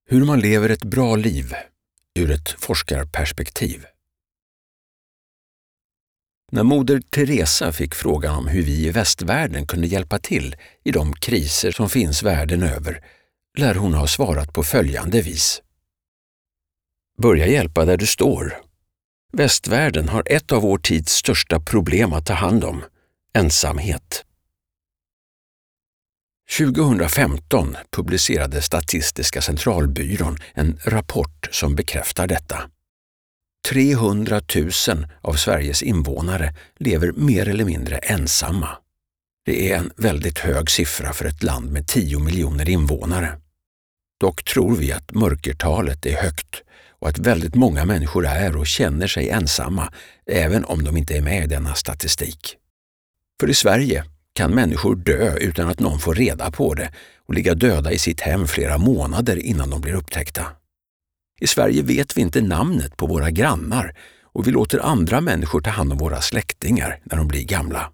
Hur man lever ett bra liv ur ett forskarperspektiv. När moder Teresa fick frågan om hur vi i västvärlden kunde hjälpa till i de kriser som finns världen över, lär hon ha svarat på följande vis. Börja hjälpa där du står. Västvärlden har ett av vår tids största problem att ta hand om, ensamhet. 2015 publicerade Statistiska centralbyrån en rapport som bekräftar detta. 300 000 av Sveriges invånare lever mer eller mindre ensamma. Det är en väldigt hög siffra för ett land med 10 miljoner invånare. Dock tror vi att mörkertalet är högt och att väldigt många människor är och känner sig ensamma även om de inte är med i denna statistik. För i Sverige kan människor dö utan att någon får reda på det och ligga döda i sitt hem flera månader innan de blir upptäckta. I Sverige vet vi inte namnet på våra grannar och vi låter andra människor ta hand om våra släktingar när de blir gamla.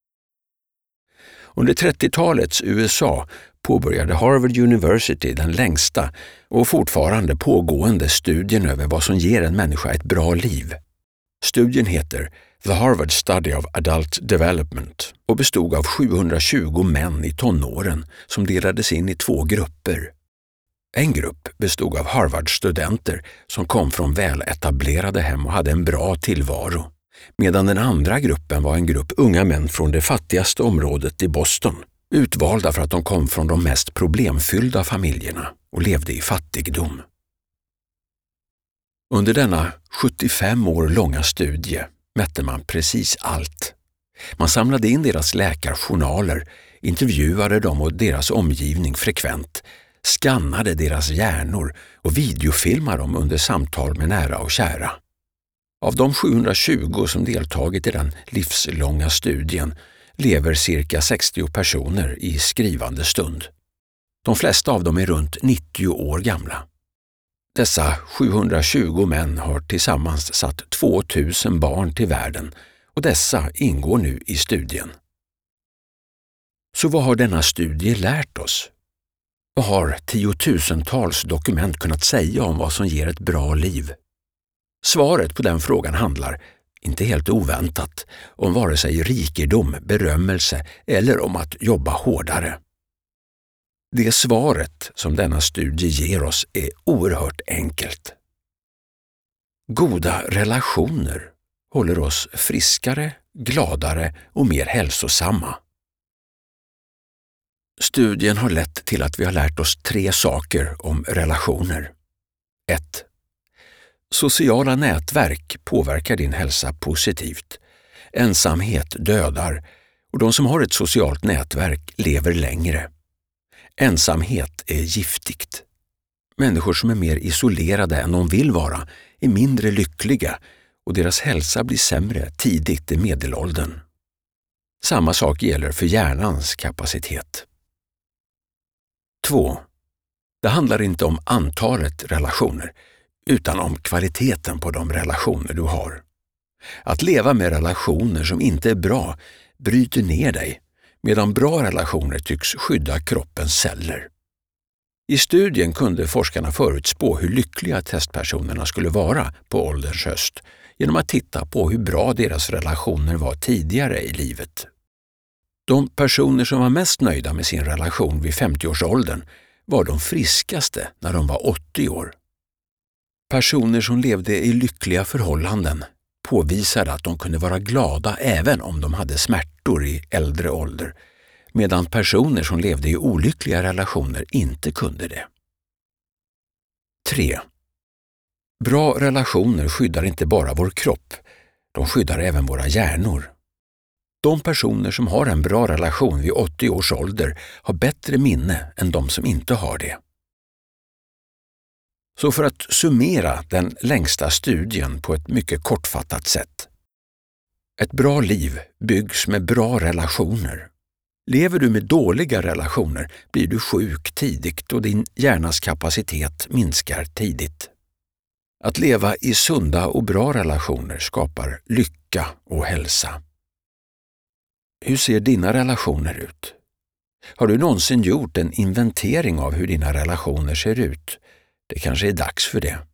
Under 30-talets USA påbörjade Harvard University den längsta och fortfarande pågående studien över vad som ger en människa ett bra liv. Studien heter The Harvard Study of Adult Development och bestod av 720 män i tonåren som delades in i 2 grupper. En grupp bestod av Harvard-studenter som kom från väletablerade hem och hade en bra tillvaro, medan den andra gruppen var en grupp unga män från det fattigaste området i Boston, utvalda för att de kom från de mest problemfyllda familjerna och levde i fattigdom. Under denna 75 år långa studie mätte man precis allt. Man samlade in deras läkarjournaler, intervjuade dem och deras omgivning frekvent, skannade deras hjärnor och videofilmade dem under samtal med nära och kära. Av de 720 som deltagit i den livslånga studien lever cirka 60 personer i skrivande stund. De flesta av dem är runt 90 år gamla. Dessa 720 män har tillsammans satt 2000 barn till världen och dessa ingår nu i studien. Så vad har denna studie lärt oss? Vad har tiotusentals dokument kunnat säga om vad som ger ett bra liv? Svaret på den frågan handlar, inte helt oväntat, om vare sig rikedom, berömmelse eller om att jobba hårdare. Det svaret som denna studie ger oss är oerhört enkelt. Goda relationer håller oss friskare, gladare och mer hälsosamma. Studien har lett till att vi har lärt oss 3 saker om relationer. 1. Sociala nätverk påverkar din hälsa positivt. Ensamhet dödar och de som har ett socialt nätverk lever längre. Ensamhet är giftigt. Människor som är mer isolerade än de vill vara är mindre lyckliga och deras hälsa blir sämre tidigt i medelåldern. Samma sak gäller för hjärnans kapacitet. 2. Det handlar inte om antalet relationer utan om kvaliteten på de relationer du har. Att leva med relationer som inte är bra bryter ner dig, medan bra relationer tycks skydda kroppens celler. I studien kunde forskarna förutspå hur lyckliga testpersonerna skulle vara på ålderns höst genom att titta på hur bra deras relationer var tidigare i livet. De personer som var mest nöjda med sin relation vid 50-årsåldern var de friskaste när de var 80 år. Personer som levde i lyckliga förhållanden påvisade att de kunde vara glada även om de hade smärtor i äldre ålder, medan personer som levde i olyckliga relationer inte kunde det. 3. Bra relationer skyddar inte bara vår kropp, de skyddar även våra hjärnor. De personer som har en bra relation vid 80 års ålder har bättre minne än de som inte har det. Så för att summera den längsta studien på ett mycket kortfattat sätt. Ett bra liv byggs med bra relationer. Lever du med dåliga relationer blir du sjuk tidigt och din hjärnas kapacitet minskar tidigt. Att leva i sunda och bra relationer skapar lycka och hälsa. Hur ser dina relationer ut? Har du någonsin gjort en inventering av hur dina relationer ser ut? Det kanske är dags för det.